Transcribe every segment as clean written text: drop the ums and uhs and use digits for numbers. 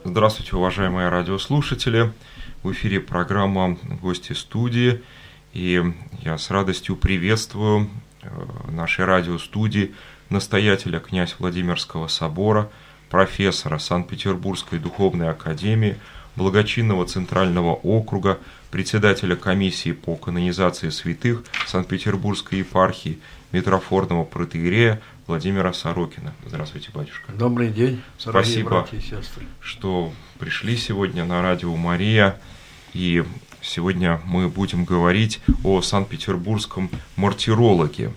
Здравствуйте, уважаемые радиослушатели. В эфире программа «Гости студии». И я с радостью приветствую в нашей радиостудии настоятеля князь Владимирского собора, профессора Санкт-Петербургской духовной академии, благочинного Центрального округа, председателя комиссии по канонизации святых Санкт-Петербургской епархии, митрофорного протоиерея Владимира Сорокина. Здравствуйте, батюшка. Добрый день, спасибо, братья и сестры, что пришли сегодня на радио Мария. И сегодня мы будем говорить о санкт-петербургском мартирологе.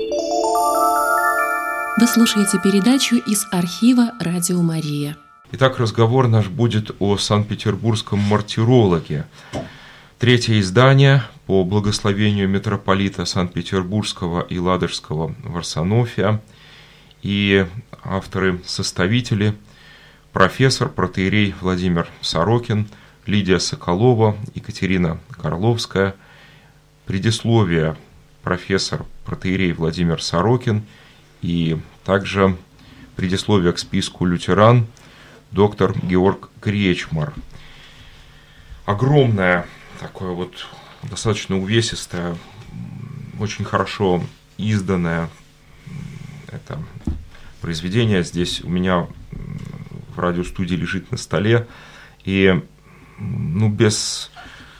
Вы слушаете передачу из архива «Радио Мария». Итак, разговор наш будет о санкт-петербургском мартирологе. Третье издание по благословению митрополита Санкт-Петербургского и Ладожского Варсонофия. И авторы-составители – профессор, протоиерей Владимир Сорокин, Лидия Соколова, Екатерина Карловская. Предисловие – профессор, протоиерей Владимир Сорокин. И также предисловие к списку лютеран доктор Георг Кречмар. Огромное, такое вот достаточно увесистое, очень хорошо изданное это произведение. Здесь у меня в радиостудии лежит на столе. И без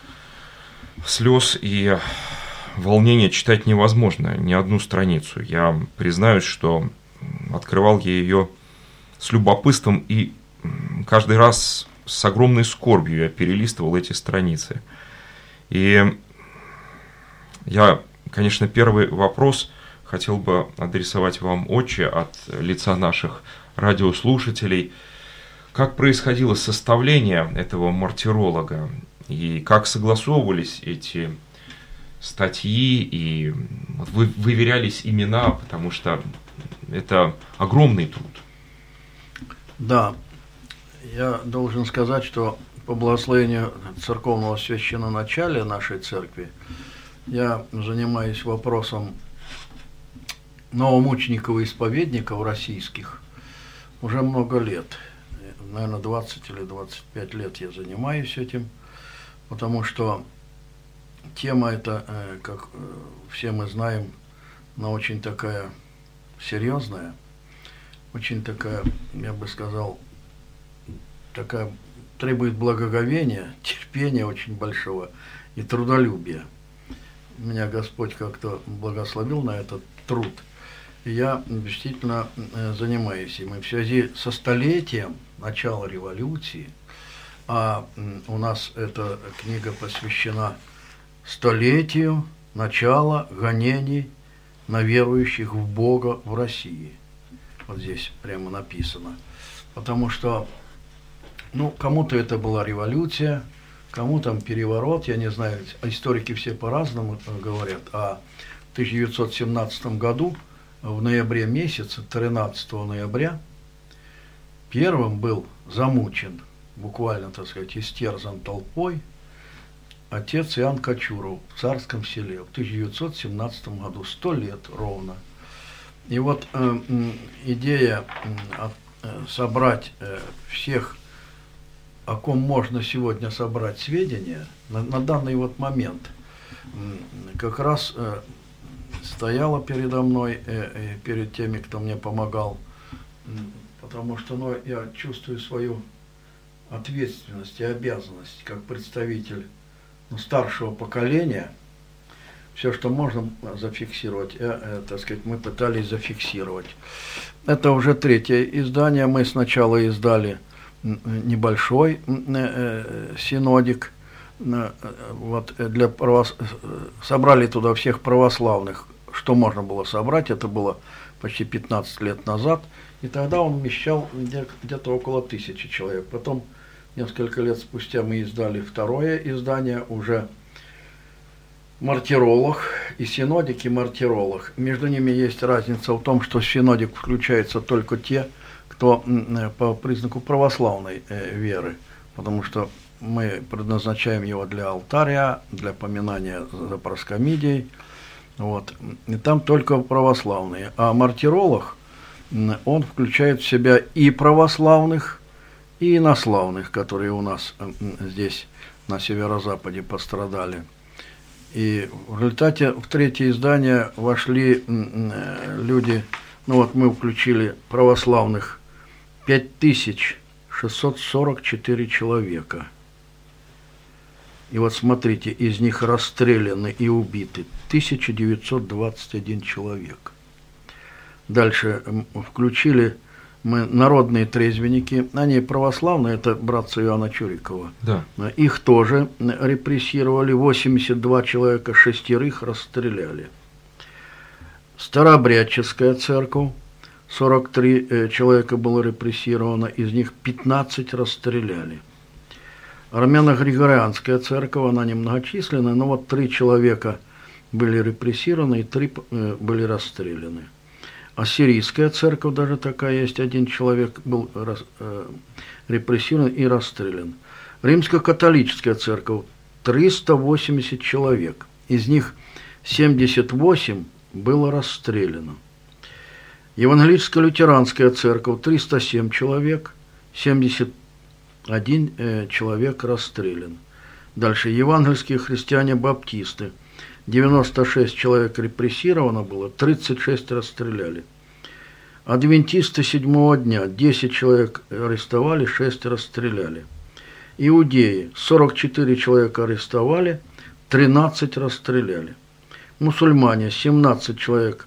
слез и волнения читать невозможно ни одну страницу. Я признаюсь, что открывал я ее с любопытством и каждый раз с огромной скорбью я перелистывал эти страницы. И я, конечно, первый вопрос хотел бы адресовать вам, отче, от лица наших радиослушателей. Как происходило составление этого мартиролога и как согласовывались эти статьи и выверялись имена, потому что это огромный труд. Да, я должен сказать, что по благословению церковного священноначалия нашей церкви я занимаюсь вопросом новомучеников и исповедников российских уже много лет. Наверное, 20 или 25 лет я занимаюсь этим, потому что тема эта, как все мы знаем, она очень такая серьезная, очень такая, я бы сказал, такая требует благоговения, терпения очень большого и трудолюбия. Меня Господь как-то благословил на этот труд. И я действительно занимаюсь им. И в связи со столетием начала революции, а у нас эта книга посвящена столетию начала гонений на верующих в Бога в России. Вот здесь прямо написано. Потому что, кому-то это была революция, кому там переворот, я не знаю, историки все по-разному говорят. А в 1917 году, в ноябре месяце, 13 ноября, первым был замучен, буквально, так сказать, истерзан толпой, отец Иоанн Кочуров в Царском Селе в 1917 году, 100 лет ровно. И вот идея собрать всех, о ком можно сегодня собрать сведения, на данный вот момент, как раз стояла передо мной, перед теми, кто мне помогал, потому что я чувствую свою ответственность и обязанность как представитель старшего поколения. Все, что можно зафиксировать, так сказать, мы пытались зафиксировать. Это уже третье издание. Мы сначала издали небольшой синодик, вот собрали туда всех православных, что можно было собрать. Это было почти 15 лет назад. И тогда он вмещал где-то около 1000 человек. Потом, несколько лет спустя, мы издали второе издание, уже мартиролог и синодик, и мартиролог. Между ними есть разница в том, что в синодик включаются только те, кто по признаку православной веры, потому что мы предназначаем его для алтаря, для поминания за проскомидией, вот. И там только православные. А мартиролог, он включает в себя и православных, и инославных, которые у нас здесь на северо-западе пострадали. И в результате в третье издание вошли люди, ну вот мы включили православных 5644 человека. И вот смотрите, из них расстреляны и убиты 1921 человек. Дальше включили мы народные трезвенники, они православные, это братцы Иоанна Чурикова. Да. Их тоже репрессировали, 82 человека, 6 расстреляли. Старообрядческая церковь, 43 человека было репрессировано, из них 15 расстреляли. Армяно-григорианская церковь, она немногочисленная, но вот 3 человека были репрессированы и 3 были расстреляны. Ассирийская церковь, даже такая есть, 1 человек был репрессирован и расстрелян. Римско-католическая церковь, 380 человек, из них 78 было расстреляно. Евангелическо-лютеранская церковь, 307 человек, 71 человек расстрелян. Дальше евангельские христиане-баптисты, 96 человек репрессировано было, 36 расстреляли. Адвентисты седьмого дня, 10 человек арестовали, 6 расстреляли. Иудеи, 44 человека арестовали, 13 расстреляли. Мусульмане, 17 человек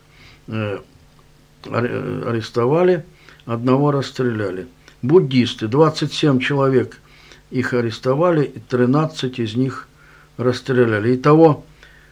арестовали, 1 расстреляли. Буддисты, 27 человек их арестовали, и 13 из них расстреляли. Итого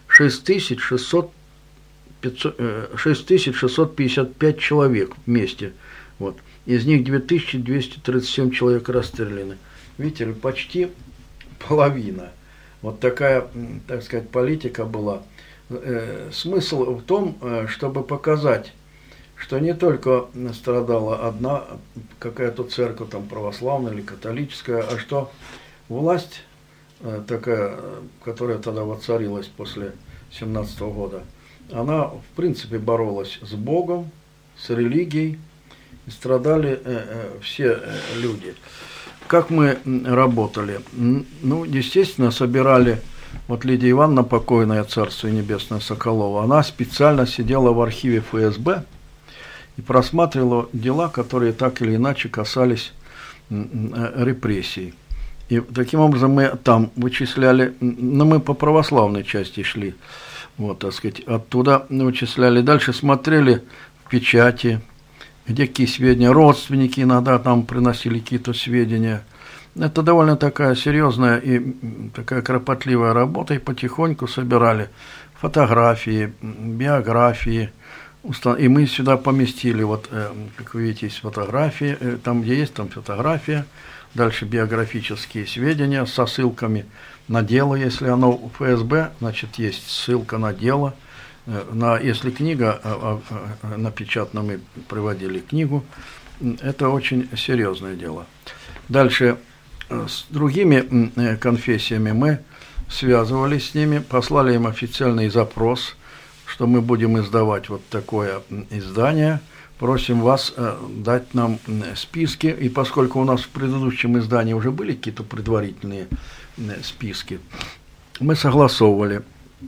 6655 человек вместе. Вот. Из них 2237 человек расстреляны. Видите ли, почти половина. Вот такая, так сказать, политика была. Смысл в том, чтобы показать, что не только страдала одна какая-то церковь, там православная или католическая, а что власть такая, которая тогда воцарилась после 17 года, она в принципе боролась с Богом, с религией, и страдали все люди. Как мы работали? Ну, естественно, собирали, вот Лидия Ивановна, покойная, Царство Небесное, Соколова, она специально сидела в архиве ФСБ и просматривала дела, которые так или иначе касались репрессий. И таким образом мы там вычисляли, ну мы по православной части шли, вот, так сказать, оттуда вычисляли. Дальше смотрели в печати, где какие сведения, родственники иногда там приносили какие-то сведения. Это довольно такая серьезная и такая кропотливая работа, и потихоньку собирали фотографии, биографии. И мы сюда поместили, вот, как вы видите, есть фотографии, там где есть, там фотография. Дальше биографические сведения со ссылками на дело, если оно в ФСБ, значит, есть ссылка на дело. Если книга напечатана, мы приводили книгу. Это очень серьезное дело. Дальше с другими конфессиями мы связывались с ними, послали им официальный запрос, что мы будем издавать вот такое издание. Просим вас дать нам списки, и поскольку у нас в предыдущем издании уже были какие-то предварительные списки, мы согласовывали.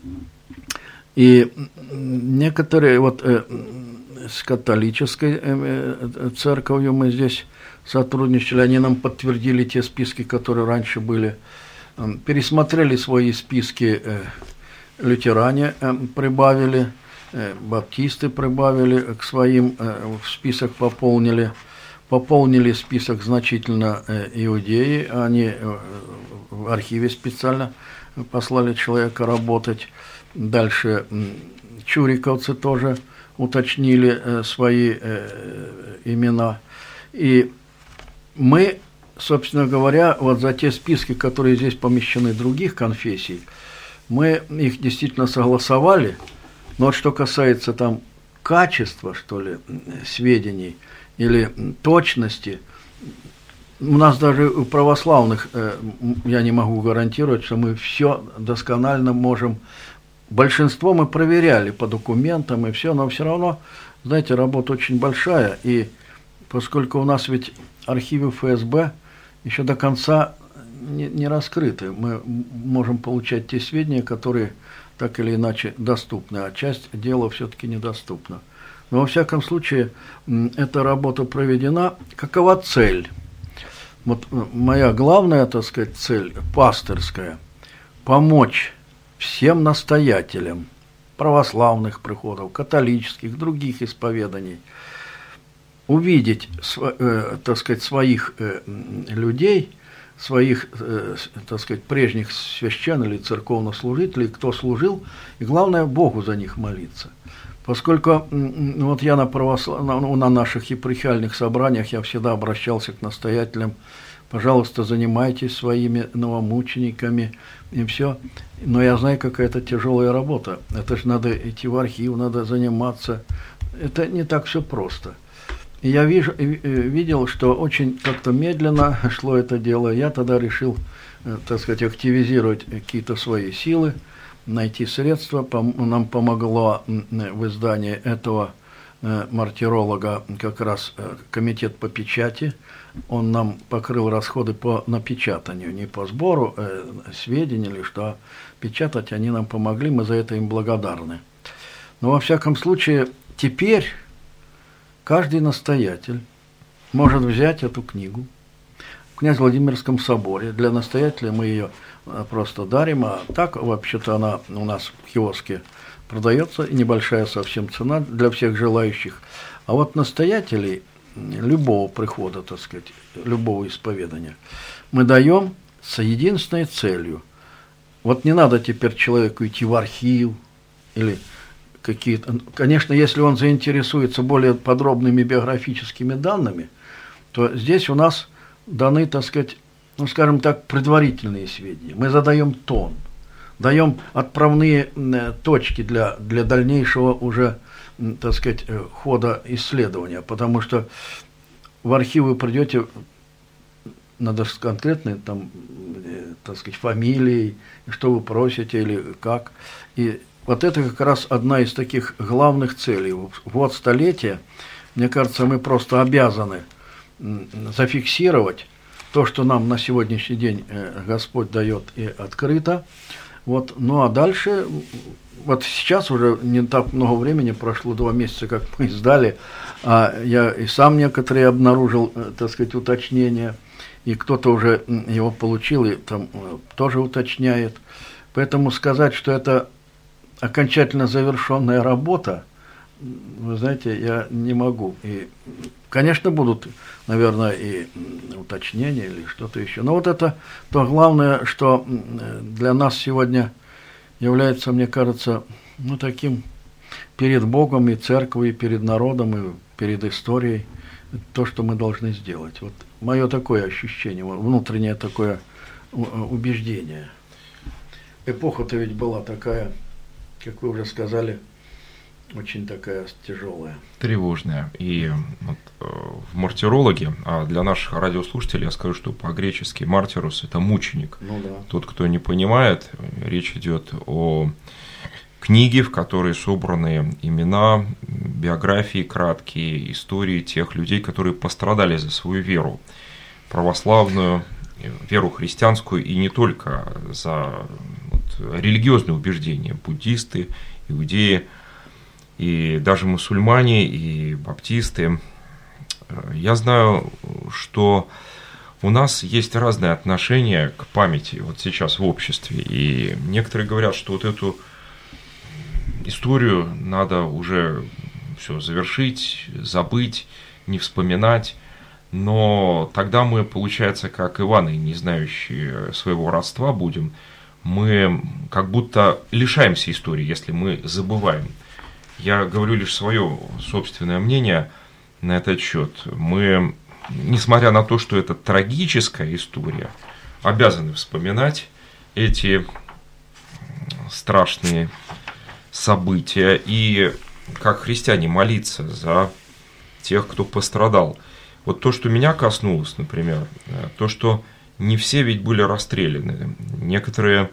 И некоторые, вот с католической церковью мы здесь сотрудничали, они нам подтвердили те списки, которые раньше были, пересмотрели свои списки, лютеране прибавили, баптисты прибавили к своим, в список пополнили список значительно иудеи, они в архиве специально послали человека работать. Дальше чуриковцы тоже уточнили свои имена. И мы, собственно говоря, вот за те списки, которые здесь помещены других конфессий, мы их действительно согласовали. Но вот что касается там качества, что ли, сведений или точности, у нас даже у православных, я не могу гарантировать, что мы все досконально можем. Большинство мы проверяли по документам и все, но все равно, знаете, работа очень большая. И поскольку у нас ведь архивы ФСБ еще до конца не раскрыты. Мы можем получать те сведения, которые так или иначе доступны, а часть дела все-таки недоступна. Но во всяком случае, эта работа проведена. Какова цель? Вот моя главная, так сказать, цель, пастырская, помочь всем настоятелям православных приходов, католических, других исповеданий, увидеть, так сказать, своих людей, своих, так сказать, прежних священ или церковнослужителей, кто служил, и главное, Богу за них молиться. Поскольку вот я на наших епархиальных собраниях я всегда обращался к настоятелям: пожалуйста, занимайтесь своими новомучениками и все. Но я знаю, какая это тяжелая работа. Это же надо идти в архив, надо заниматься. Это не так все просто. И я видел, что очень как-то медленно шло это дело. Я тогда решил, так сказать, активизировать какие-то свои силы, найти средства. Нам помогло в издании этого мартиролога как раз комитет по печати. Он нам покрыл расходы по напечатанию, не по сбору сведений или что, а печатать они нам помогли, мы за это им благодарны. Но во всяком случае, теперь каждый настоятель может взять эту книгу в Князь-Владимирском соборе. Для настоятеля мы ее просто дарим, а так вообще-то она у нас в киоске продается, и небольшая совсем цена для всех желающих. А вот настоятелей любого прихода, так сказать, любого исповедания мы даем с единственной целью. Вот не надо теперь человеку идти в архив или какие-то... Конечно, если он заинтересуется более подробными биографическими данными, то здесь у нас даны, так сказать, ну, скажем так, предварительные сведения. Мы задаем тон, даем отправные точки для дальнейшего уже, так сказать, хода исследования, потому что в архив вы придете, надо с конкретной там, так сказать, фамилией, что вы просите или как. И вот это как раз одна из таких главных целей. Вот столетие, мне кажется, мы просто обязаны зафиксировать то, что нам на сегодняшний день Господь дает и открыто. Вот. Ну а дальше, вот сейчас уже не так много времени прошло, 2 месяца, как мы издали, а я и сам некоторые обнаружил, так сказать, уточнения, и кто-то уже его получил и там тоже уточняет. Поэтому сказать, что это окончательно завершенная работа, вы знаете, я не могу. И, конечно, будут, наверное, и уточнения или что-то еще. Но вот это то главное, что для нас сегодня является, мне кажется, ну, таким перед Богом и церковью, и перед народом, и перед историей, то, что мы должны сделать. Вот мое такое ощущение, внутреннее такое убеждение. Эпоха-то ведь была такая, как вы уже сказали, очень такая тяжелая. Тревожная. И вот, в мартирологе, а для наших радиослушателей я скажу, что по-гречески мартирус – это мученик. Ну, да. Тот, кто не понимает, речь идет о книге, в которой собраны имена, биографии краткие, истории тех людей, которые пострадали за свою веру православную, веру христианскую, и не только за религиозные убеждения, буддисты, иудеи, и даже мусульмане, и баптисты. Я знаю, что у нас есть разные отношения к памяти вот сейчас в обществе, и некоторые говорят, что вот эту историю надо уже все завершить, забыть, не вспоминать, но тогда мы, получается, как Иваны, не знающие своего родства, будем, мы как будто лишаемся истории, если мы забываем. Я говорю лишь свое собственное мнение на этот счет. Мы, несмотря на то, что это трагическая история, обязаны вспоминать эти страшные события и, как христиане, молиться за тех, кто пострадал. Вот то, что меня коснулось, например, то, что не все ведь были расстреляны. Некоторые,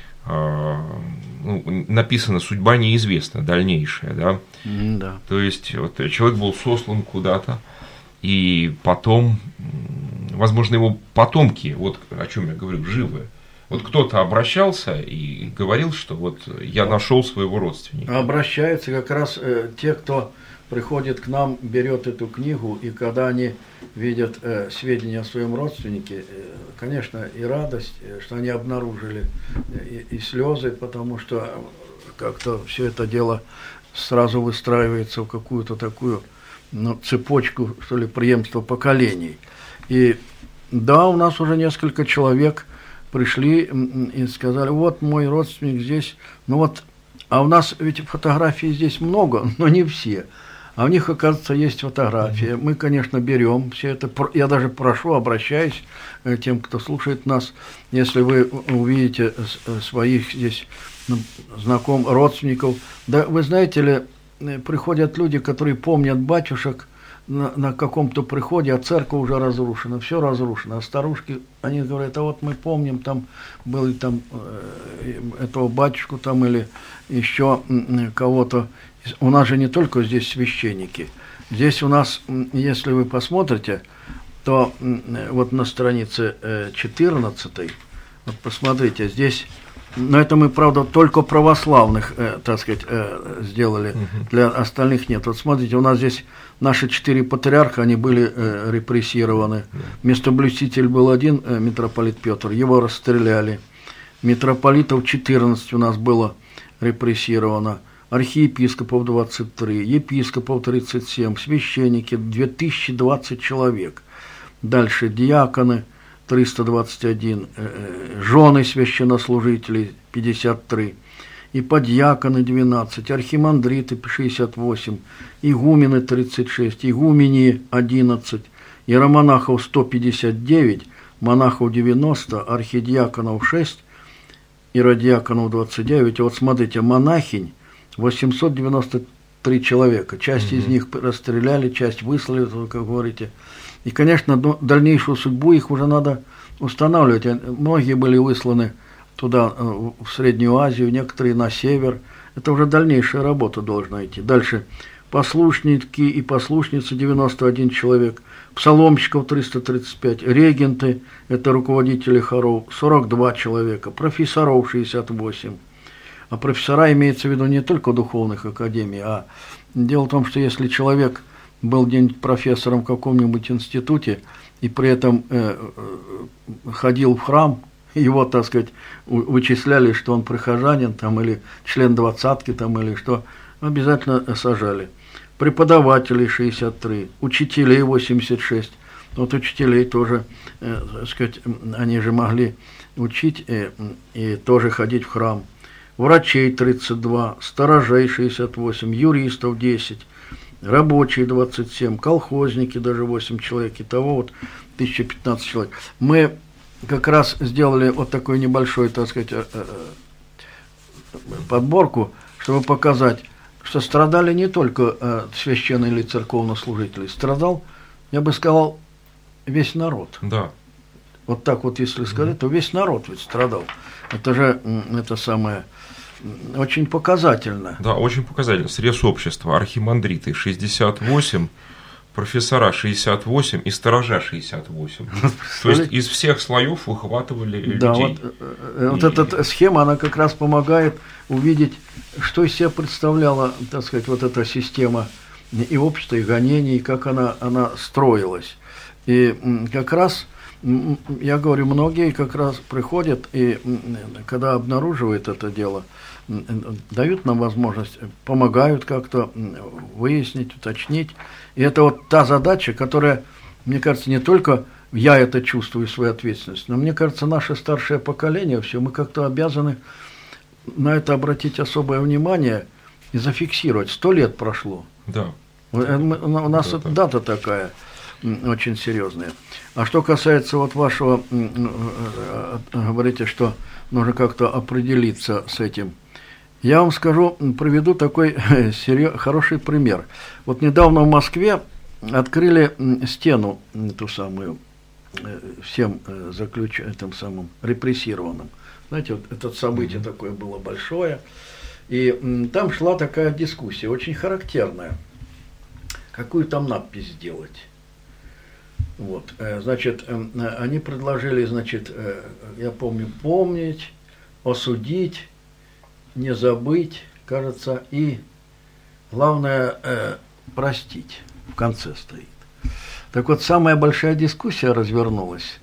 написано, судьба неизвестна, дальнейшая, да? Да. То есть вот, человек был сослан куда-то, и потом возможно, его потомки, вот о чем я говорю, живы. Вот кто-то обращался и говорил, что вот я нашел своего родственника. Обращаются как раз те, кто приходит к нам, берет эту книгу, и когда они видят сведения о своем родственнике, конечно, и радость, что они обнаружили, и слезы, потому что как-то все это дело сразу выстраивается в какую-то такую цепочку, что ли, преемства поколений. И да, у нас уже несколько человек пришли и сказали, вот мой родственник здесь, ну вот, а у нас ведь фотографий здесь много, но не все. А у них, оказывается, есть фотография. Мы, конечно, берем все это. Я даже прошу, обращаюсь к тем, кто слушает нас, если вы увидите своих здесь знакомых, родственников. Да вы знаете ли, приходят люди, которые помнят батюшек на каком-то приходе, а церковь уже разрушена, все разрушено. А старушки, они говорят, а вот мы помним, там был там этого батюшку там или еще кого-то. У нас же не только здесь священники. Здесь у нас, если вы посмотрите, то вот на странице 14, вот посмотрите, здесь, но это мы, правда, только православных, так сказать, сделали, для остальных нет. Вот смотрите, у нас здесь наши 4 патриарха, они были репрессированы. Местоблюститель был один, митрополит Петр, его расстреляли. Митрополитов 14 у нас было репрессировано. Архиепископов 23, епископов 37, священники 2020 человек. Дальше диаконы 321, жены священнослужителей 53, иподьяконы 12, архимандриты 68, игумены 36, игумении 11, иеромонахов 159, монахов 90, архидиаконов 6, иродиаконов 29. Вот смотрите, монахинь 893 человека. Часть из них расстреляли, часть выслали, как говорите. И, конечно, дальнейшую судьбу их уже надо устанавливать. Многие были высланы туда, в Среднюю Азию, некоторые на север. Это уже дальнейшая работа должна идти. Дальше. Послушники и послушницы 91 человек. Псаломщиков 335. Регенты, это руководители хоров, 42 человека. Профессоров 68. А профессора имеется в виду не только духовных академий, а дело в том, что если человек был где-нибудь профессором в каком-нибудь институте и при этом ходил в храм, его, так сказать, вычисляли, что он прихожанин там, или член двадцатки там, или что, обязательно сажали. Преподавателей 63, учителей 86. Вот учителей тоже, так сказать, они же могли учить и тоже ходить в храм. Врачей 32, сторожей 68, юристов 10, рабочие 27, колхозники даже 8 человек, итого вот 1015 человек. Мы как раз сделали вот такую небольшую, так сказать, подборку, чтобы показать, что страдали не только священные или церковнослужители, страдал, я бы сказал, весь народ. Да. Вот так вот, если сказать, то весь народ ведь страдал. Это же, это самое, очень показательно. Да, очень показательно. Срез общества. Архимандриты 68, профессора 68 и сторожа 68. То есть из всех слоев выхватывали людей. Да, вот эта схема, она как раз помогает увидеть, что из себя представляла, так сказать, вот эта система и общества, и гонений, как она строилась. И как раз, я говорю, многие как раз приходят, и когда обнаруживают это дело, дают нам возможность, помогают как-то выяснить, уточнить. И это вот та задача, которая, мне кажется, не только я это чувствую, свою ответственность, но мне кажется, наше старшее поколение, все, мы как-то обязаны на это обратить особое внимание и зафиксировать. 100 лет прошло. Да. У нас да, дата такая очень серьезная. А что касается вот вашего, говорите, что нужно как-то определиться с этим. Я вам скажу, приведу такой хороший пример. Вот недавно в Москве открыли стену, ту самую, всем этим самым репрессированным. Знаете, вот это событие такое было большое. И там шла такая дискуссия, очень характерная. Какую там надпись сделать? Вот, значит, они предложили, значит, я помню, помнить, осудить, не забыть, кажется, и главное, простить в конце стоит. Так вот, самая большая дискуссия развернулась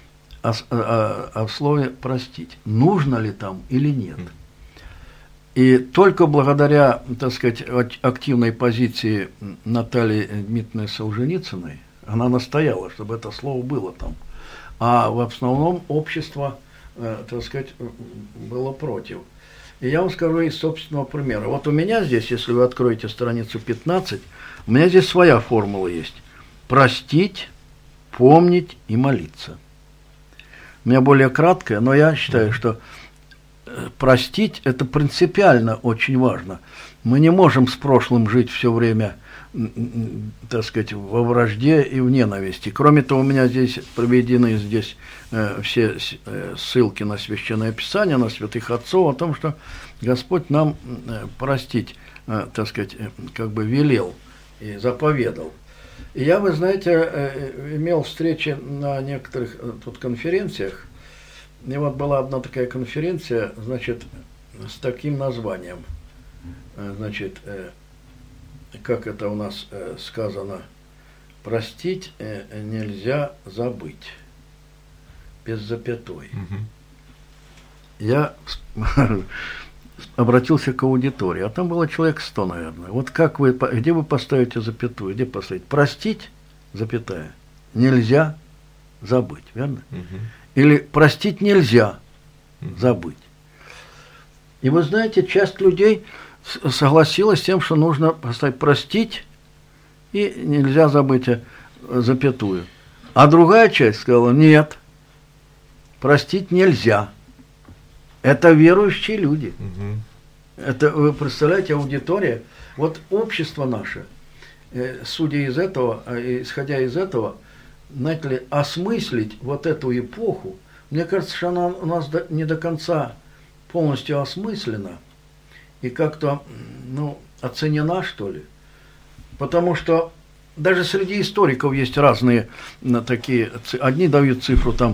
о слове «простить». Нужно ли там или нет? И только благодаря, так сказать, активной позиции Натальи Дмитриевны Солженицыной, она настояла, чтобы это слово было там. А в основном общество, так сказать, было против. И я вам скажу из собственного примера. Вот у меня здесь, если вы откроете страницу 15, у меня здесь своя формула есть. Простить, помнить и молиться. У меня более краткая, но я считаю, что простить – это принципиально очень важно. Мы не можем с прошлым жить все время, так сказать, во вражде и в ненависти. Кроме того, у меня здесь приведены все ссылки на Священное Писание, на святых отцов, о том, что Господь нам простить, так сказать, как бы велел и заповедал. И я, вы знаете, имел встречи на некоторых тут конференциях. И вот была одна такая конференция, значит, с таким названием. Значит, как это у нас сказано, простить нельзя забыть. Без запятой. Я обратился к аудитории, а там было человек 100, наверное. Вот как вы, где вы поставите запятую, где поставить? Простить, запятая, нельзя забыть, верно? Или простить нельзя забыть. И вы знаете, часть людей согласилась с тем, что нужно поставить простить и нельзя забыть запятую. А другая часть сказала, нет, простить нельзя. Это верующие люди. Это, вы представляете, аудитория. Вот общество наше, судя из этого, исходя из этого, знаете ли, осмыслить вот эту эпоху, мне кажется, что она у нас не до конца полностью осмыслена и как-то, оценена, что ли. Потому что даже среди историков есть разные такие, одни дают цифру, там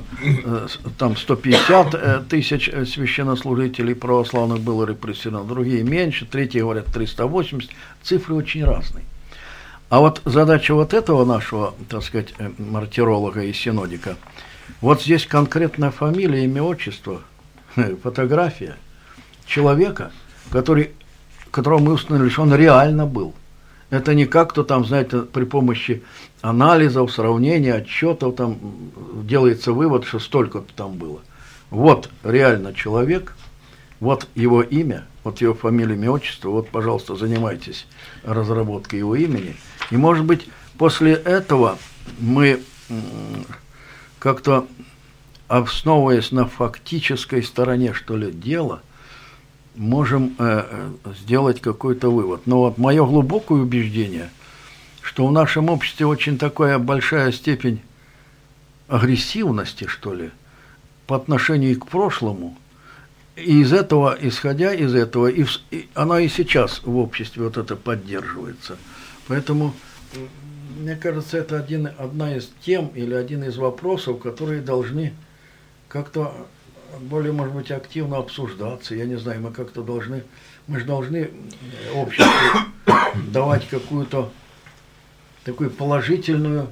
150 тысяч священнослужителей православных было репрессировано, другие меньше, третьи говорят 380, цифры очень разные. А вот задача вот этого нашего, так сказать, мартиролога и синодика, вот здесь конкретная фамилия, имя, отчество, фотография человека, которого мы установили, что он реально был. Это не как-то там, знаете, при помощи анализов, сравнения, отчетов там делается вывод, что столько-то там было. Вот реально человек, вот его имя, вот его фамилия, имя, отчество, вот, пожалуйста, занимайтесь разработкой его имени. И, может быть, после этого мы как-то, основываясь на фактической стороне, что ли, дела, можем сделать какой-то вывод. Но вот мое глубокое убеждение, что в нашем обществе очень такая большая степень агрессивности, что ли, по отношению к прошлому, и из этого, исходя из этого, и она и сейчас в обществе вот это поддерживается. Поэтому, мне кажется, это одна из тем или один из вопросов, которые должны как-то более, может быть, активно обсуждаться. Я не знаю, мы же должны обществу давать какую-то такую положительный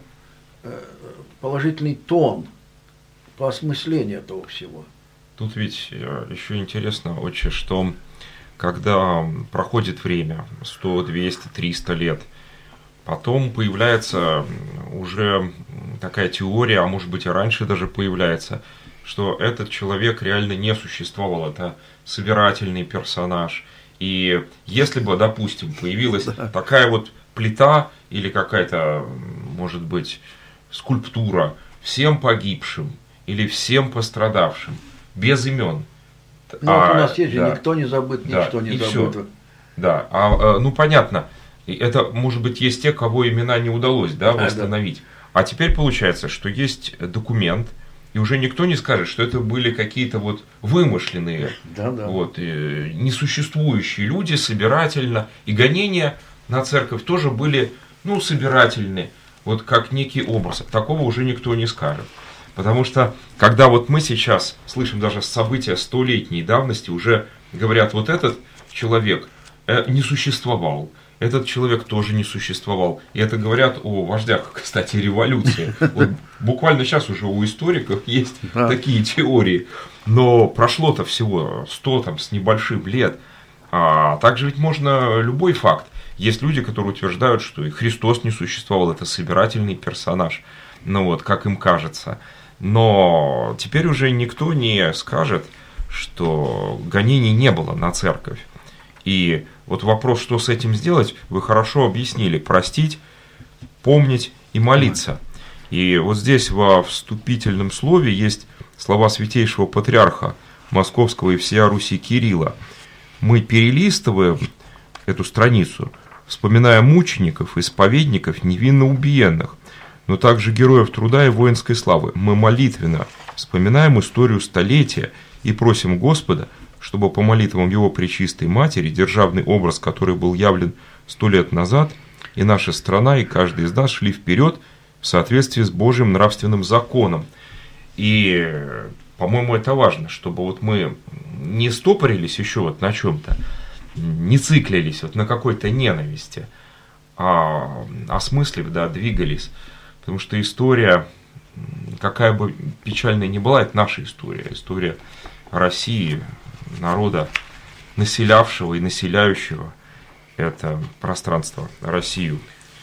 тон по осмыслению этого всего. Тут ведь еще интересно, отче, что когда проходит время, 100, 200, 300 лет, потом появляется уже такая теория, а может быть и раньше даже появляется, что этот человек реально не существовал, это собирательный персонаж. И если бы, допустим, появилась такая вот плита или какая-то, может быть, скульптура всем погибшим или всем пострадавшим, без имен. Ну, вот у нас есть же никто не забыт, ничто не забыто. Все. Да, понятно, это, может быть, есть те, кого имена не удалось восстановить. А теперь получается, что есть документ, и уже никто не скажет, что это были какие-то вот вымышленные, несуществующие люди собирательно. И гонения на церковь тоже были, собирательные. вот как некий образ. Такого уже никто не скажет. Потому что, когда вот мы сейчас слышим даже события столетней давности, уже говорят, вот этот человек не существовал, этот человек тоже не существовал. И это говорят о вождях, кстати, революции. Вот буквально сейчас уже у историков есть такие теории. Но прошло-то всего 100 там, с небольшим лет. А также ведь можно любой факт. Есть люди, которые утверждают, что и Христос не существовал, это собирательный персонаж. Ну вот, как им кажется. Но теперь уже никто не скажет, что гонений не было на церковь. И вот вопрос, что с этим сделать, вы хорошо объяснили. Простить, помнить и молиться. И вот здесь во вступительном слове есть слова святейшего патриарха Московского и всея Руси Кирилла. Мы перелистываем эту страницу, вспоминая мучеников, исповедников, невинно убиенных, но также героев труда и воинской славы. Мы молитвенно вспоминаем историю столетия и просим Господа, чтобы по молитвам Его Пречистой Матери державный образ, который был явлен 100 лет назад, и наша страна, и каждый из нас шли вперед в соответствии с Божьим нравственным законом. И, по-моему, это важно, чтобы вот мы не стопорились еще вот на чем-то, не циклились вот на какой-то ненависти, а осмыслив, да, двигались. Потому что история, какая бы печальная ни была, это наша история. История России, народа, населявшего и населяющего это пространство, Россию.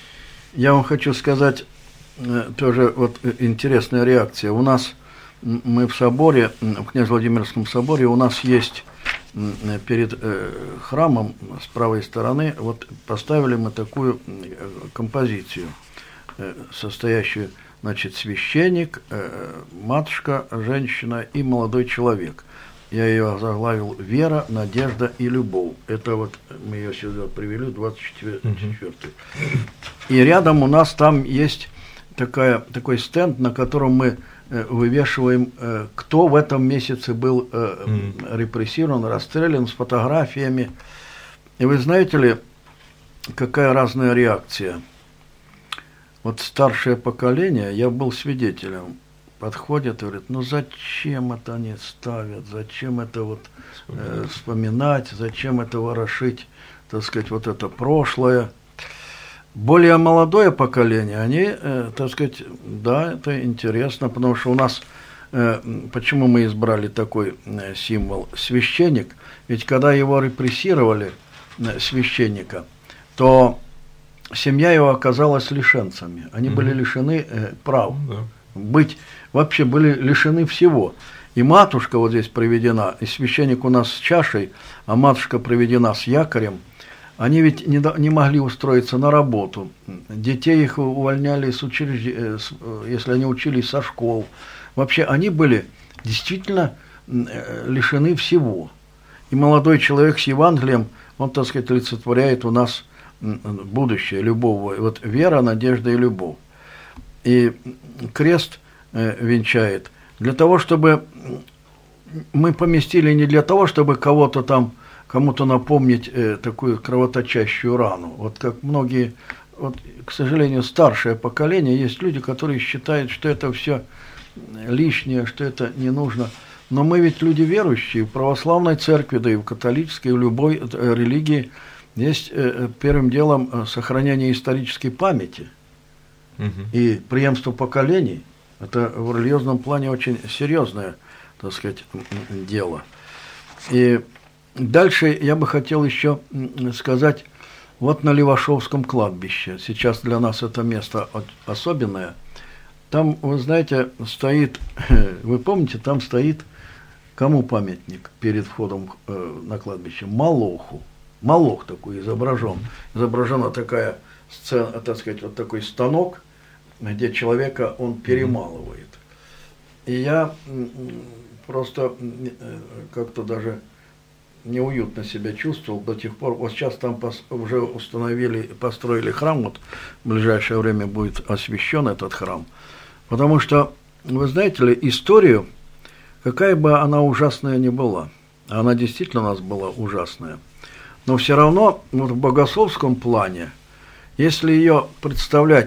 Я вам хочу сказать, тоже вот интересная реакция. У нас, мы в соборе, в Князь-Владимирском соборе, у нас есть перед храмом с правой стороны, вот поставили мы такую композицию, состоящую, значит, священник, матушка, женщина и молодой человек. Я ее заглавил «Вера, надежда и любовь». Это вот мы ее сюда привели, 24-й. И рядом у нас там есть такой стенд, на котором мы вывешиваем, кто в этом месяце был репрессирован, расстрелян, с фотографиями. И вы знаете ли, какая разная реакция? Вот старшее поколение, я был свидетелем, подходят и говорят, ну зачем это они ставят, зачем это вот вспоминать, зачем это ворошить, так сказать, вот это прошлое. Более молодое поколение, они, так сказать, да, это интересно, потому что у нас, почему мы избрали такой символ, священник, ведь когда его репрессировали, священника, то семья его оказалась лишенцами, они были лишены прав, быть, вообще были лишены всего. И матушка вот здесь приведена, и священник у нас с чашей, а матушка приведена с якорем. Они ведь не могли устроиться на работу. Детей их увольняли с учреждений, если они учились со школ. Вообще они были действительно лишены всего. И молодой человек с Евангелием, он, так сказать, олицетворяет у нас будущее, любовь. Вот вера, надежда и любовь. И крест венчает для того, чтобы мы поместили не для того, чтобы кого-то там, кому-то напомнить такую кровоточащую рану. Вот как многие, вот, к сожалению, старшее поколение, есть люди, которые считают, что это все лишнее, что это не нужно. Но мы ведь люди верующие, в православной церкви, да и в католической, и в любой религии есть первым делом сохранение исторической памяти. И преемство поколений. Это в религиозном плане очень серьезное, так сказать, дело. И дальше я бы хотел еще сказать, вот на Левашовском кладбище, сейчас для нас это место особенное, там, вы знаете, стоит, вы помните, там стоит, кому памятник перед входом на кладбище? Молоху. Молох такой изображен. Изображена такая сцена, так сказать, вот такой станок, где человека он перемалывает. И я просто как-то даже неуютно себя чувствовал до тех пор. Вот сейчас там уже построили храм, вот в ближайшее время будет освящен этот храм. Потому что, вы знаете ли, историю, какая бы она ужасная ни была, она действительно у нас была ужасная, но все равно вот в богословском плане, если ее представлять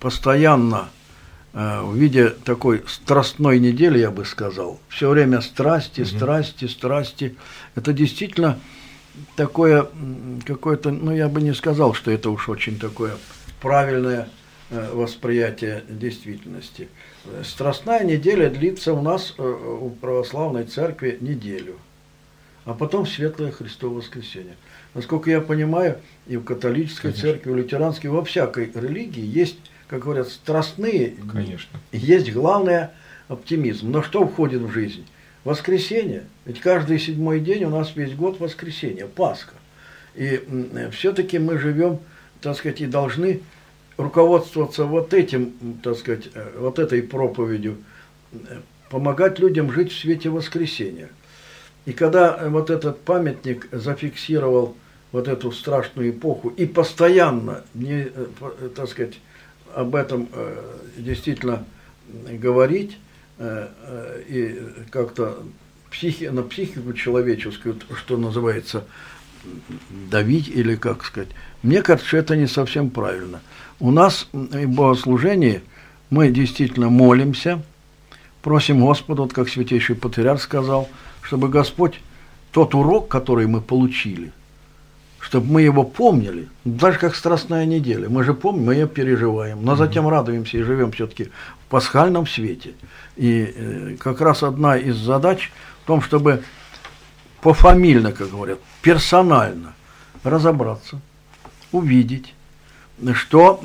постоянно в виде такой страстной недели, я бы сказал, все время страсти, страсти, страсти. Это действительно такое какое-то, ну я бы не сказал, что это уж очень такое правильное восприятие действительности. Страстная неделя длится у нас у православной церкви неделю, а потом Светлое Христово воскресенье. Насколько я понимаю, и в католической церкви, и в лютеранской, во всякой религии есть, как говорят, страстные дни, и есть главное оптимизм. Но что входит в жизнь? Воскресенье. Ведь каждый 7-й день у нас весь год воскресенье, Пасха. И все-таки мы живем, так сказать, и должны руководствоваться вот этим, так сказать, вот этой проповедью, помогать людям жить в свете воскресения. И когда вот этот памятник зафиксировал вот эту страшную эпоху и постоянно, не, так сказать, об этом действительно говорить и как-то на психику человеческую, что называется, давить или как сказать, мне кажется, что это не совсем правильно. У нас в богослужении мы действительно молимся, просим Господа, вот как Святейший Патриарх сказал, чтобы Господь тот урок, который мы получили, чтобы мы его помнили, даже как Страстная неделя. Мы же помним, мы ее переживаем, но затем радуемся и живем все-таки в пасхальном свете. И как раз одна из задач в том, чтобы пофамильно, как говорят, персонально разобраться, увидеть, что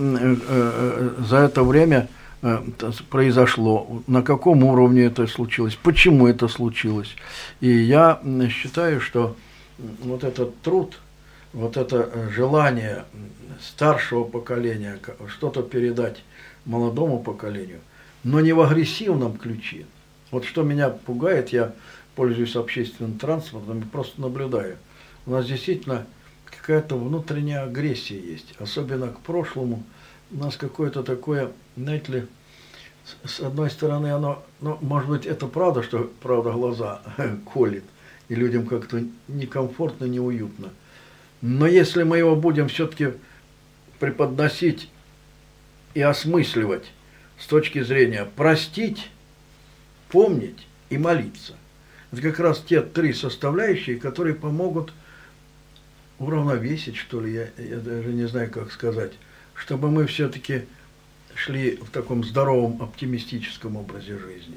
за это время произошло, на каком уровне это случилось, почему это случилось. И я считаю, что вот этот труд, вот это желание старшего поколения что-то передать молодому поколению, но не в агрессивном ключе. Вот что меня пугает, я пользуюсь общественным транспортом и просто наблюдаю. У нас действительно какая-то внутренняя агрессия есть, особенно к прошлому. У нас какое-то такое, знаете ли, с одной стороны оно, ну, может быть, это правда, что правда глаза колет, и людям как-то некомфортно, неуютно. Но если мы его будем все-таки преподносить и осмысливать с точки зрения простить, помнить и молиться, это как раз те 3 составляющие, которые помогут уравновесить, что ли, я даже не знаю, как сказать, чтобы мы все-таки шли в таком здоровом, оптимистическом образе жизни.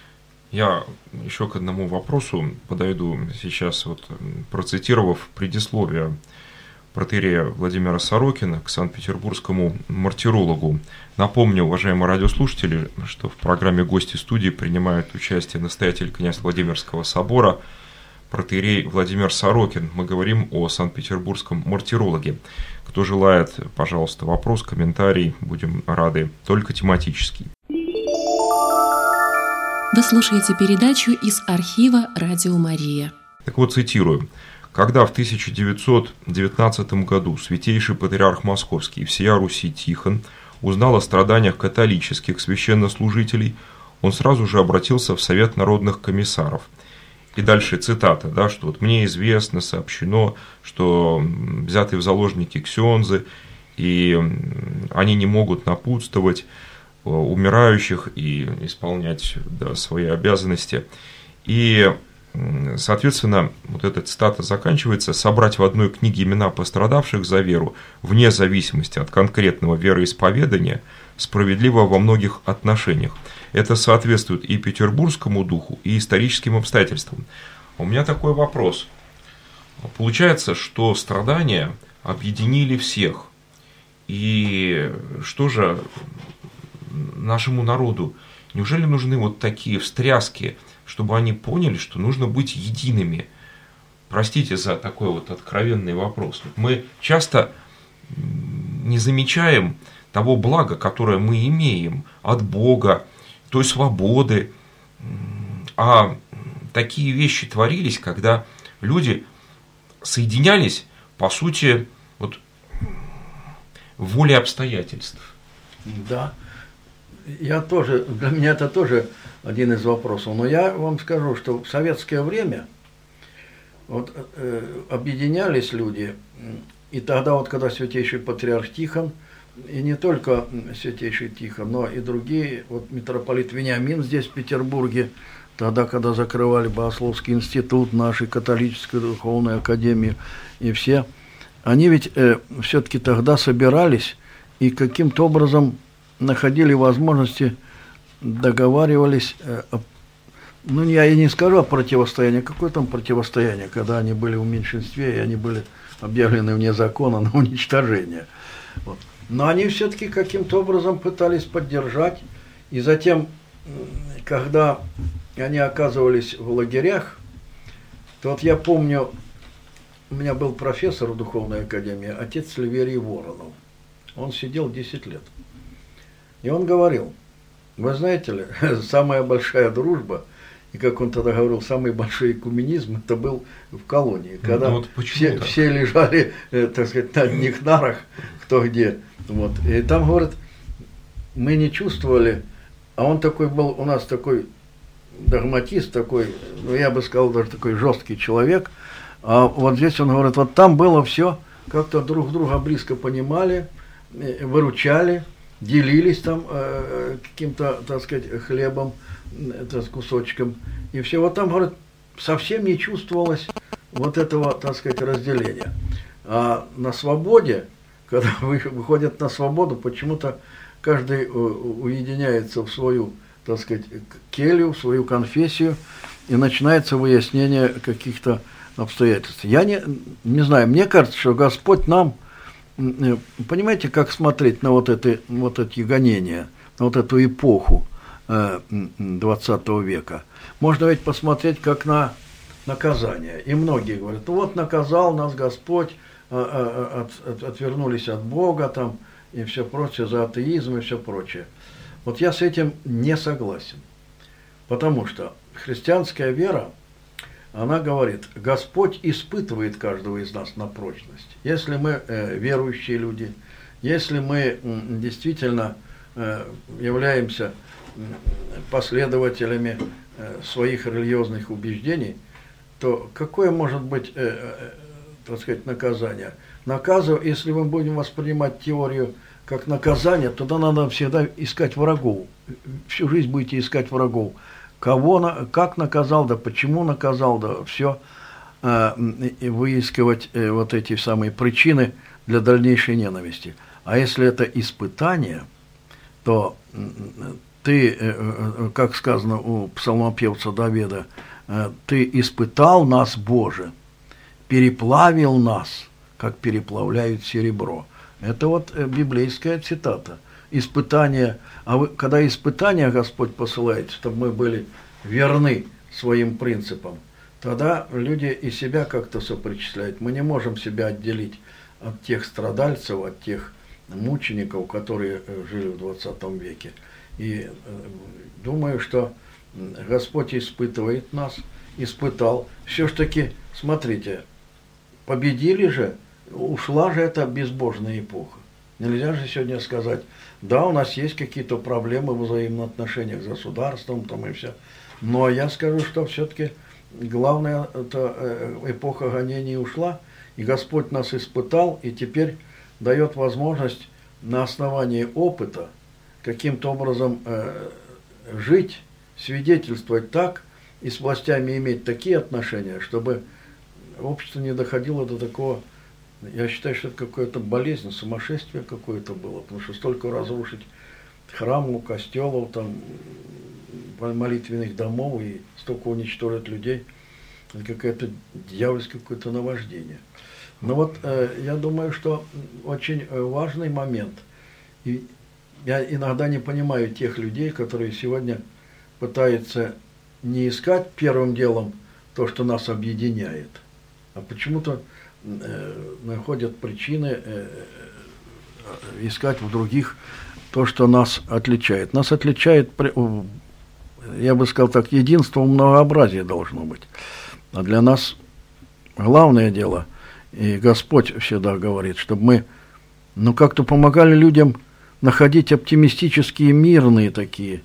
Я еще к одному вопросу подойду сейчас, вот, процитировав предисловие протоиерея Владимира Сорокина к санкт-петербургскому мартирологу. Напомню, уважаемые радиослушатели, что в программе «Гости студии» принимает участие настоятель князь Владимирского собора протоиерей Владимир Сорокин. Мы говорим о санкт-петербургском мартирологе. Кто желает, пожалуйста, вопрос, комментарий, будем рады, только тематический. Вы слушаете передачу из архива «Радио Мария». Так вот, цитирую. «Когда в 1919 году святейший патриарх Московский и всея Руси Тихон узнал о страданиях католических священнослужителей, он сразу же обратился в Совет народных комиссаров». И дальше цитата, да, что вот мне известно, сообщено, что взяты в заложники ксензы, и они не могут напутствовать умирающих и исполнять, да, свои обязанности. И, соответственно, вот эта цитата заканчивается: «Собрать в одной книге имена пострадавших за веру, вне зависимости от конкретного вероисповедания, справедливо во многих отношениях. Это соответствует и петербургскому духу, и историческим обстоятельствам». У меня такой вопрос. Получается, что страдания объединили всех. И что же нашему народу? Неужели нужны вот такие встряски, чтобы они поняли, что нужно быть едиными? Простите за такой вот откровенный вопрос. Мы часто не замечаем того блага, которое мы имеем от Бога, той свободы. А такие вещи творились, когда люди соединялись, по сути, вот, волей обстоятельств. Да, я тоже, для меня это тоже один из вопросов. Но я вам скажу, что в советское время вот, объединялись люди, и тогда вот, когда святейший патриарх Тихон и не только Святейший Тихон, но и другие, вот митрополит Вениамин здесь, в Петербурге, тогда, когда закрывали Богословский институт, нашей католической духовной академии, и все, они ведь все-таки тогда собирались и каким-то образом находили возможности, договаривались, ну, я и не скажу о противостоянии, какое там противостояние, когда они были в меньшинстве, и они были объявлены вне закона на уничтожение. Вот. Но они все-таки каким-то образом пытались поддержать, и затем, когда они оказывались в лагерях, то вот я помню, у меня был профессор в Духовной Академии, отец Ливерий Воронов. Он сидел 10 лет. И он говорил, вы знаете ли, самая большая дружба, и как он тогда говорил, самый большой экуменизм, это был в колонии, когда вот все лежали, так сказать, на одних нарах, кто где. Вот. И там, говорят, мы не чувствовали, а он такой был, у нас такой догматист, такой, ну, я бы сказал, даже такой жесткий человек, а вот здесь он говорит, вот там было все, как-то друг друга близко понимали, выручали, делились там каким-то, так сказать, хлебом, кусочком, и все. Вот там, говорит, совсем не чувствовалось вот этого, так сказать, разделения. А на свободе, когда выходят на свободу, почему-то каждый уединяется в свою, так сказать, келью, в свою конфессию, и начинается выяснение каких-то обстоятельств. Я не знаю, мне кажется, что Господь нам, понимаете, как смотреть на вот эти гонения, на вот эту эпоху 20 века. Можно ведь посмотреть как на наказание. И многие говорят, ну вот наказал нас Господь, отвернулись от Бога там, и все прочее, за атеизм и все прочее. Вот я с этим не согласен. Потому что христианская вера, она говорит, Господь испытывает каждого из нас на прочность. Если мы верующие люди, если мы действительно являемся последователями своих религиозных убеждений, то какое может быть, так сказать, наказание? Если мы будем воспринимать теорию как наказание, тогда надо всегда искать врагов. Всю жизнь будете искать врагов. Как наказал, да почему наказал, да все, и выискивать вот эти самые причины для дальнейшей ненависти. А если это испытание, то ты, как сказано у псалмопевца Давида, ты испытал нас, Боже, переплавил нас, как переплавляют серебро. Это вот библейская цитата. Испытание, когда испытания Господь посылает, чтобы мы были верны своим принципам, тогда люди и себя как-то сопричисляют. Мы не можем себя отделить от тех страдальцев, от тех мучеников, которые жили в 20 веке. И думаю, что Господь испытывает нас, испытал. Все-таки, смотрите, победили же, ушла же эта безбожная эпоха. Нельзя же сегодня сказать, да, у нас есть какие-то проблемы в взаимоотношениях с государством там и все. Но я скажу, что все-таки главная эта эпоха гонений ушла, и Господь нас испытал, и теперь дает возможность на основании опыта каким-то образом жить, свидетельствовать так, и с властями иметь такие отношения, чтобы общество не доходило до такого. Я считаю, что это какая-то болезнь, сумасшествие какое-то было, потому что столько разрушить храмов, костелов, там, молитвенных домов и столько уничтожить людей, это какое-то дьявольское какое-то наваждение. Но вот я думаю, что очень важный момент, и я иногда не понимаю тех людей, которые сегодня пытаются не искать первым делом то, что нас объединяет, а почему-то находят причины искать в других то, что нас отличает. Нас отличает, я бы сказал так, единство, многообразие должно быть. А для нас главное дело, и Господь всегда говорит, чтобы мы как-то помогали людям находить оптимистические, мирные такие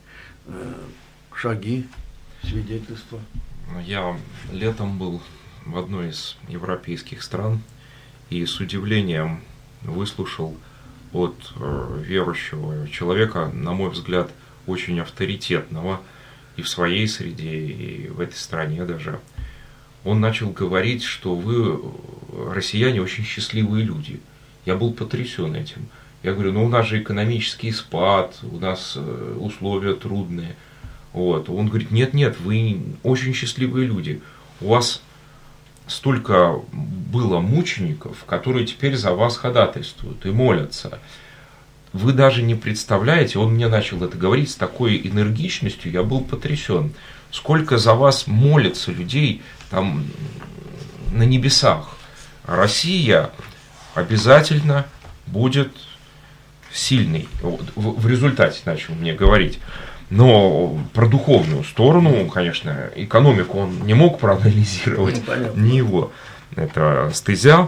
шаги, свидетельства. Я летом был в одной из европейских стран и с удивлением выслушал от верующего человека, на мой взгляд, очень авторитетного и в своей среде, и в этой стране даже. Он начал говорить, что вы, россияне, очень счастливые люди. Я был потрясен этим. Я говорю, у нас же экономический спад, у нас условия трудные. Вот. Он говорит, нет, вы очень счастливые люди. У вас столько было мучеников, которые теперь за вас ходатайствуют и молятся. Вы даже не представляете, он мне начал это говорить с такой энергичностью, я был потрясен. Сколько за вас молятся людей там на небесах. Россия обязательно будет сильной. В результате начал мне говорить. Но про духовную сторону, конечно, экономику он не мог проанализировать, не его это стезя,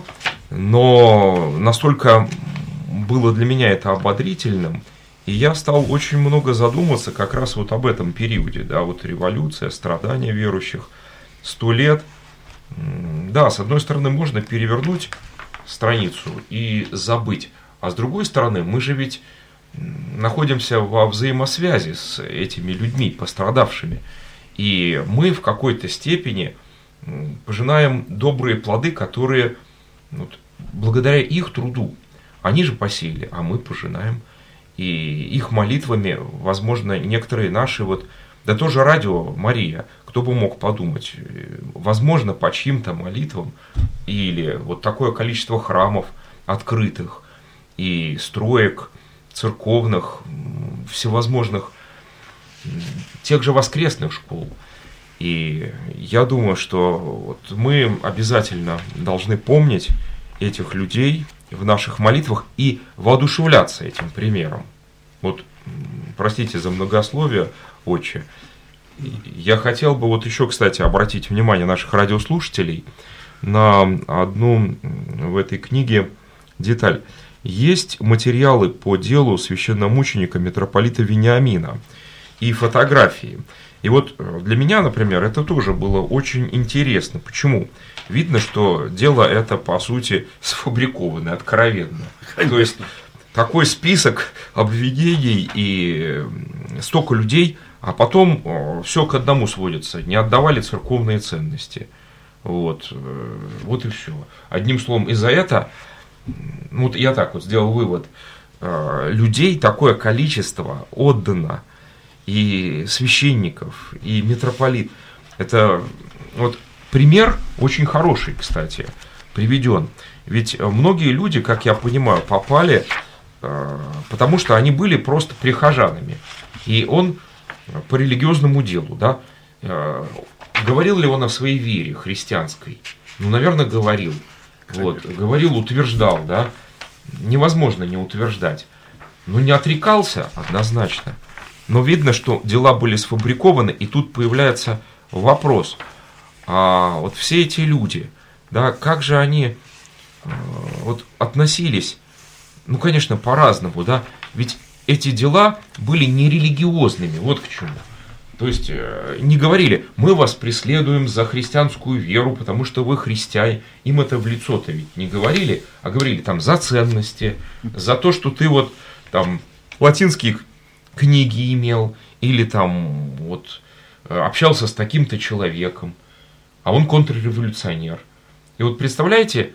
но настолько было для меня это ободрительным, и я стал очень много задумываться как раз вот об этом периоде, да, вот революция, страдания верующих, 100 лет. Да, с одной стороны, можно перевернуть страницу и забыть, а с другой стороны, мы же ведь находимся во взаимосвязи с этими людьми, пострадавшими. И мы в какой-то степени пожинаем добрые плоды, которые вот, благодаря их труду, они же посеяли, а мы пожинаем. И их молитвами, возможно, некоторые наши, вот, да тоже радио Мария, кто бы мог подумать, возможно, по чьим-то молитвам, или вот такое количество храмов открытых и строек, церковных, всевозможных, тех же воскресных школ. И я думаю, что вот мы обязательно должны помнить этих людей в наших молитвах и воодушевляться этим примером. Вот, простите за многословие, отче. Я хотел бы вот еще, кстати, обратить внимание наших радиослушателей на одну в этой книге деталь. Есть материалы по делу священномученика митрополита Вениамина и фотографии. И вот для меня, например, это тоже было очень интересно. Почему? Видно, что дело это, по сути, сфабрикованное, откровенно. То есть, такой список обвинений и столько людей, а потом все к одному сводится. Не отдавали церковные ценности. Вот и все. Одним словом, из-за этого... Вот я так вот сделал вывод. Людей такое количество отдано, и священников, и митрополит. Это вот пример очень хороший, кстати, приведен. Ведь многие люди, как я понимаю, попали, потому что они были просто прихожанами. И он по религиозному делу, да, говорил ли он о своей вере христианской? Ну, наверное, говорил. Вот, говорил, утверждал, да, невозможно не утверждать. Но не отрекался однозначно. Но видно, что дела были сфабрикованы, и тут появляется вопрос. А вот все эти люди, да, как же они вот относились, ну, конечно, по-разному, да, ведь эти дела были нерелигиозными, вот к чему. То есть не говорили, мы вас преследуем за христианскую веру, потому что вы христиане. Им это в лицо-то ведь не говорили, а говорили там за ценности, за то, что ты вот там латинские книги имел, или там вот общался с таким-то человеком, а он контрреволюционер. И вот представляете,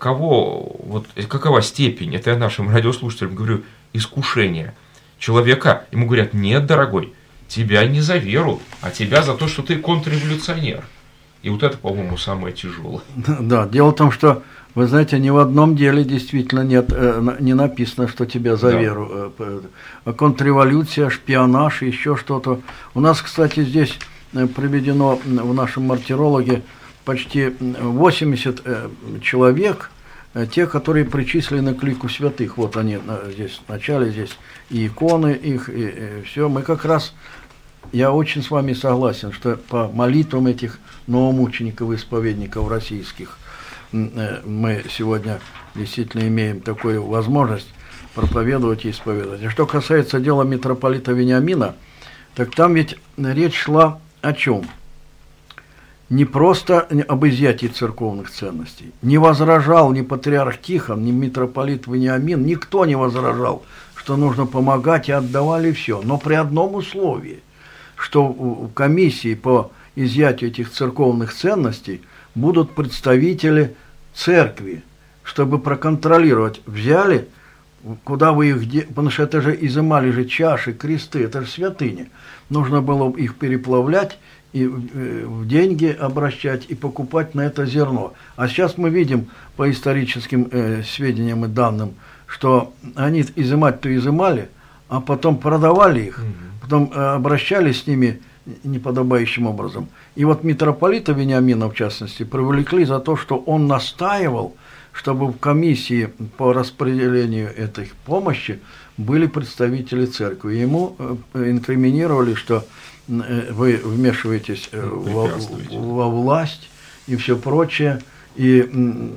какова степень, это я нашим радиослушателям говорю, искушения человека. Ему говорят, нет, дорогой, тебя не за веру, а тебя за то, что ты контрреволюционер. И вот это, по-моему, самое тяжелое. Да, дело в том, что, вы знаете, ни в одном деле действительно не написано, что тебя за веру. Контрреволюция, шпионаж, еще что-то. У нас, кстати, здесь приведено в нашем мартирологе почти 80 человек, те, которые причислены к лику святых. Вот они здесь в начале, здесь и иконы их, и все. Мы как раз, я очень с вами согласен, что по молитвам этих новомучеников и исповедников российских мы сегодня действительно имеем такую возможность проповедовать и исповедовать. А что касается дела митрополита Вениамина, так там ведь речь шла о чем? не просто об изъятии церковных ценностей. Не возражал ни патриарх Тихон, ни митрополит Вениамин, никто не возражал, что нужно помогать, и отдавали все. Но при одном условии, что в комиссии по изъятию этих церковных ценностей будут представители церкви, чтобы проконтролировать, взяли, куда вы их, потому что это же изымали же чаши, кресты, это же святыни. Нужно было их переплавлять и в деньги обращать и покупать на это зерно. А сейчас мы видим по историческим сведениям и данным, что они изымать-то изымали, а потом продавали их, потом обращались с ними неподобающим образом. И вот митрополита Вениамина, в частности, привлекли за то, что он настаивал, чтобы в комиссии по распределению этой помощи были представители церкви. Ему инкриминировали, что вы вмешиваетесь во власть и все прочее. И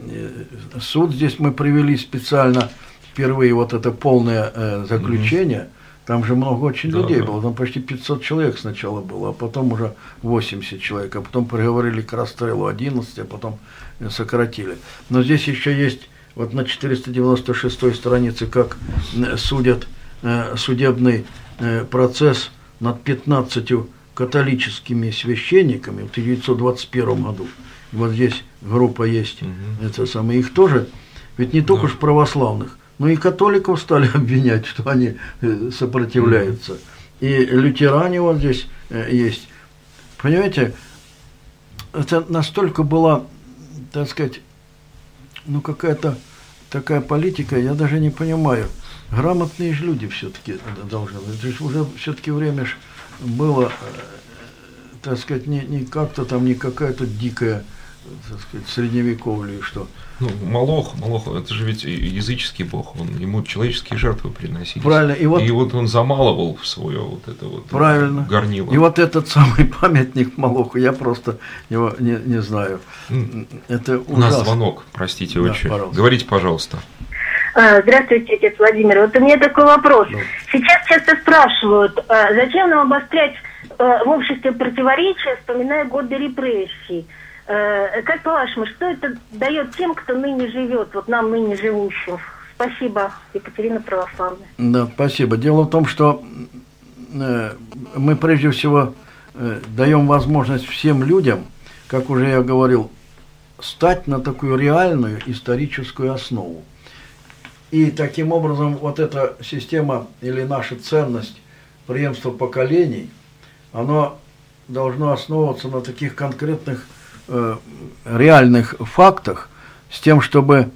суд здесь мы привели специально впервые вот это полное заключение. Там же много очень людей было, там почти 500 человек сначала было, а потом уже 80 человек, а потом приговорили к расстрелу 11, а потом сократили. Но здесь еще есть, вот на 496 странице, как судят судебный процесс над 15 католическими священниками в 1921 году. Вот здесь группа есть, это самое, их тоже, ведь не только ж православных, но и католиков стали обвинять, что они сопротивляются. И лютеране вот здесь есть. Понимаете, это настолько была, так сказать, ну какая-то такая политика, я даже не понимаю. Грамотные же люди все-таки должны быть. Это же уже все-таки время ж было, так сказать, не как-то там, не какая-то дикая, так сказать, средневековье, что. Ну, Молох, это же ведь языческий бог, ему человеческие жертвы приносились. Правильно. И вот он замалывал в свое вот это вот правильно. Горнило. И вот этот самый памятник Молоху, я просто его не знаю. Это ужасно. У нас звонок, простите, да, очень. Пожалуйста. Говорите, пожалуйста. Здравствуйте, отец Владимир. Вот у меня такой вопрос. Сейчас часто спрашивают, зачем нам обострять в обществе противоречия, вспоминая годы репрессий? Как по-вашему, что это дает тем, кто ныне живет, вот нам ныне живущим? Спасибо, Екатерина Православная. Да, спасибо. Дело в том, что мы прежде всего даем возможность всем людям, как уже я говорил, стать на такую реальную историческую основу. И таким образом вот эта система или наша ценность преемства поколений, она должна основываться на таких конкретных реальных фактах, с тем, чтобы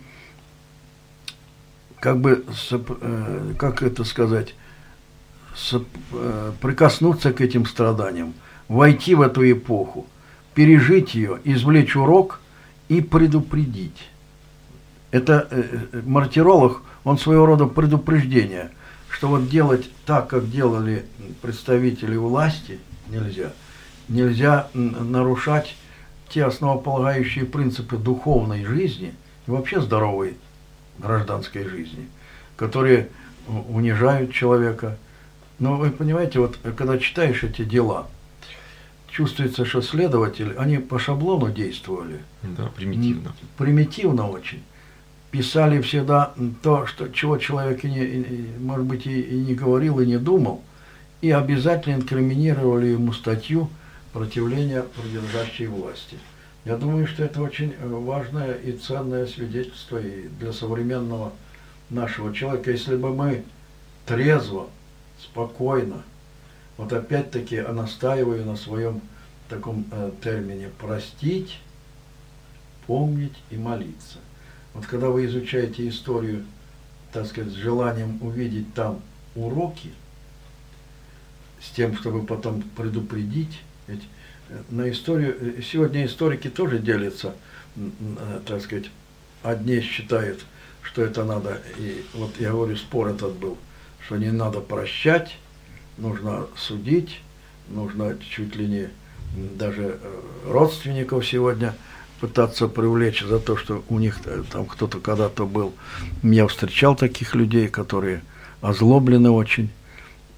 как бы, как это сказать, прикоснуться к этим страданиям, войти в эту эпоху, пережить ее, извлечь урок и предупредить. Это мартиролог, он своего рода предупреждение, что вот делать так, как делали представители власти, нельзя. Нельзя нарушать те основополагающие принципы духовной жизни и вообще здоровой гражданской жизни, которые унижают человека. Но вы понимаете, вот когда читаешь эти дела, чувствуется, что следователи, они по шаблону действовали. Да, примитивно. Примитивно очень. Писали всегда то, чего человек, может быть, и не говорил, и не думал, и обязательно инкриминировали ему статью противления придержащей власти. Я думаю, что это очень важное и ценное свидетельство и для современного нашего человека. Если бы мы трезво, спокойно, вот опять-таки я настаиваю на своем таком термине простить, помнить и молиться. Вот когда вы изучаете историю, так сказать, с желанием увидеть там уроки, с тем, чтобы потом предупредить, ведь на историю, сегодня историки тоже делятся, так сказать, одни считают, что это надо, и вот я говорю, спор этот был, что не надо прощать, нужно судить, нужно чуть ли не даже родственников сегодня пытаться привлечь за то, что у них там кто-то когда-то был. Я встречал таких людей, которые озлоблены очень.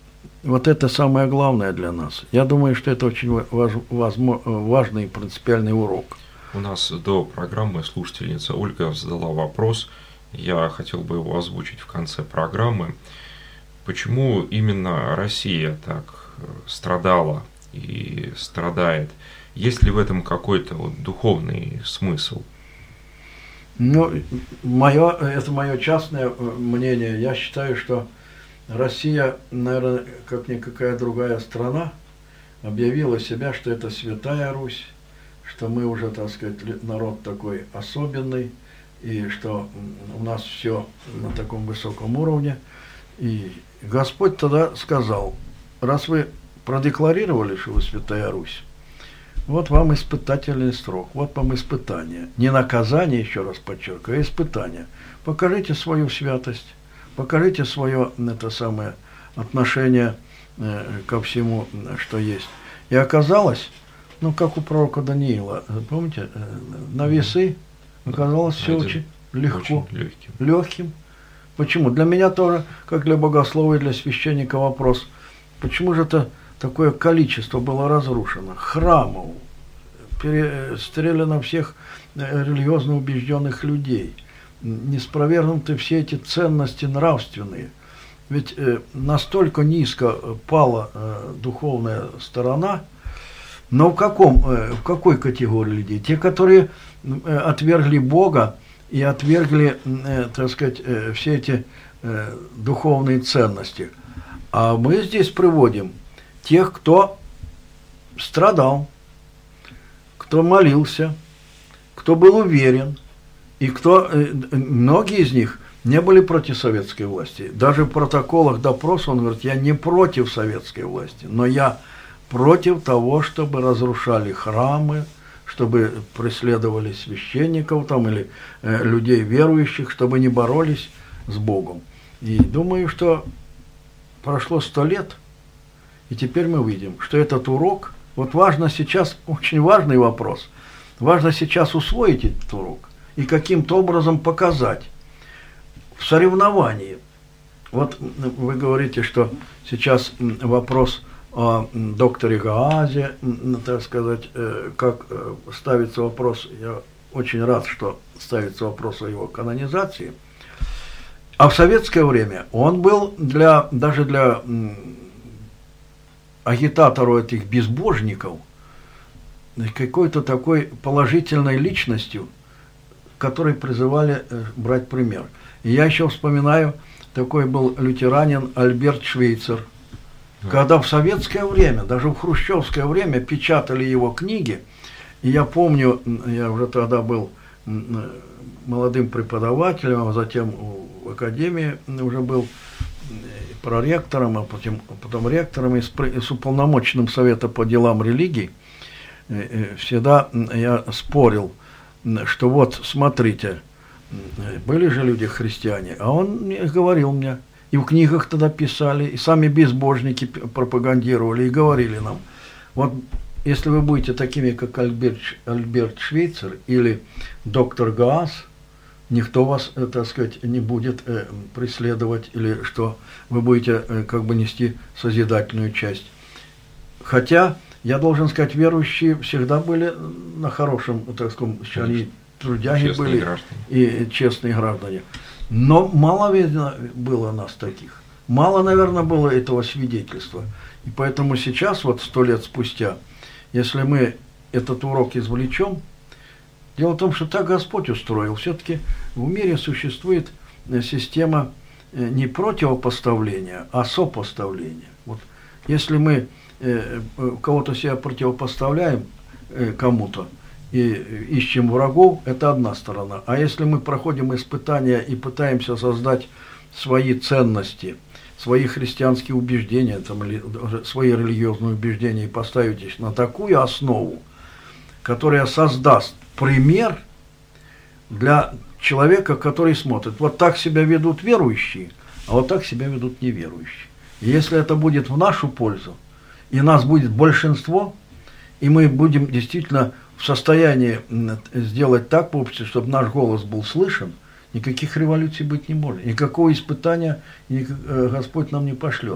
Вот это самое главное для нас. Я думаю, что это очень важный и принципиальный урок. У нас до программы слушательница Ольга задала вопрос, я хотел бы его озвучить в конце программы. Почему именно Россия так страдала и страдает? Есть ли в этом какой-то духовный смысл? Ну, это мое частное мнение. Я считаю, что Россия, наверное, как никакая другая страна, объявила себя, что это Святая Русь, что мы уже, так сказать, народ такой особенный, и что у нас все на таком высоком уровне. И Господь тогда сказал: раз вы продекларировали, что вы Святая Русь, вот вам испытательный срок, вот вам испытание. Не наказание, еще раз подчеркиваю, а испытание. Покажите свою святость, покажите свое отношение ко всему, что есть. И оказалось, ну, как у пророка Даниила, помните, на весы оказалось все очень легко, легким. Почему? Для меня тоже, как для богослова и для священника, вопрос, почему же это такое количество было разрушено? Храмов, перестреляно всех религиозно убежденных людей, не спровергнуты все эти ценности нравственные. Ведь настолько низко пала духовная сторона, но в какой категории людей? Те, которые отвергли Бога и отвергли, так сказать, все эти духовные ценности. А мы здесь приводим тех, кто страдал, кто молился, кто был уверен, и многие из них не были против советской власти. Даже в протоколах допроса он говорит: я не против советской власти, но я против того, чтобы разрушали храмы, чтобы преследовали священников там, или людей верующих, чтобы не боролись с Богом. И думаю, что прошло 100 лет, и теперь мы видим, что этот урок, вот важно сейчас, очень важный вопрос, важно сейчас усвоить этот урок и каким-то образом показать в соревновании. Вот вы говорите, что сейчас вопрос о докторе Гаазе, так сказать, как ставится вопрос, я очень рад, что ставится вопрос о его канонизации. А в советское время он был даже для агитатору этих безбожников какой-то такой положительной личностью, которой призывали брать пример. И я еще вспоминаю, такой был лютеранин Альберт Швейцер, когда в советское время, даже в хрущевское время печатали его книги, и я помню, я уже тогда был молодым преподавателем, а затем в академии уже был проректором, а потом ректором и с уполномоченным Совета по делам религий. Всегда я спорил, что вот, смотрите, были же люди христиане, а он говорил мне, и в книгах тогда писали, и сами безбожники пропагандировали, и говорили нам: вот если вы будете такими, как Альберт Швейцер или доктор Гааз, никто вас, так сказать, не будет преследовать, или что вы будете как бы нести созидательную часть. Хотя, я должен сказать, верующие всегда были на хорошем, так сказать, они трудяги были граждане. И честные граждане. Но мало, видно, было нас таких. Мало, наверное, было этого свидетельства. И поэтому сейчас, вот 100 лет спустя, если мы этот урок извлечем, дело в том, что так Господь устроил. Все-таки в мире существует система не противопоставления, а сопоставления. Вот если мы кого-то себя противопоставляем кому-то и ищем врагов, это одна сторона. А если мы проходим испытания и пытаемся создать свои ценности, свои христианские убеждения, там, или свои религиозные убеждения и поставить их на такую основу, которая создаст пример для человека, который смотрит. Вот так себя ведут верующие, а вот так себя ведут неверующие. И если это будет в нашу пользу, и нас будет большинство, и мы будем действительно в состоянии сделать так в обществе, чтобы наш голос был слышен, никаких революций быть не может, никакого испытания Господь нам не пошлет.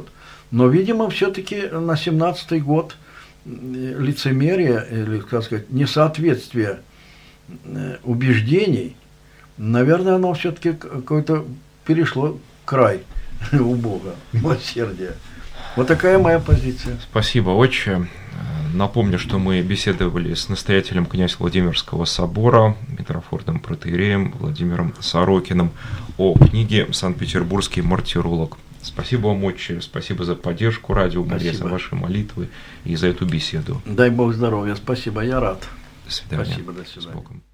Но, видимо, все-таки на 17-й год лицемерие, или, как сказать, несоответствие убеждений, наверное, оно все-таки какой-то перешло край у Бога, милосердия. Вот такая моя позиция. Спасибо, отче. Напомню, что мы беседовали с настоятелем князя Владимирского собора, митрофорным протоиереем Владимиром Сорокиным о книге «Санкт-Петербургский мартиролог». Спасибо вам, отче, спасибо за поддержку Радио Мария, за ваши молитвы и за эту беседу. Дай Бог здоровья, спасибо, я рад. До свидания. Спасибо, до свидания. С Богом.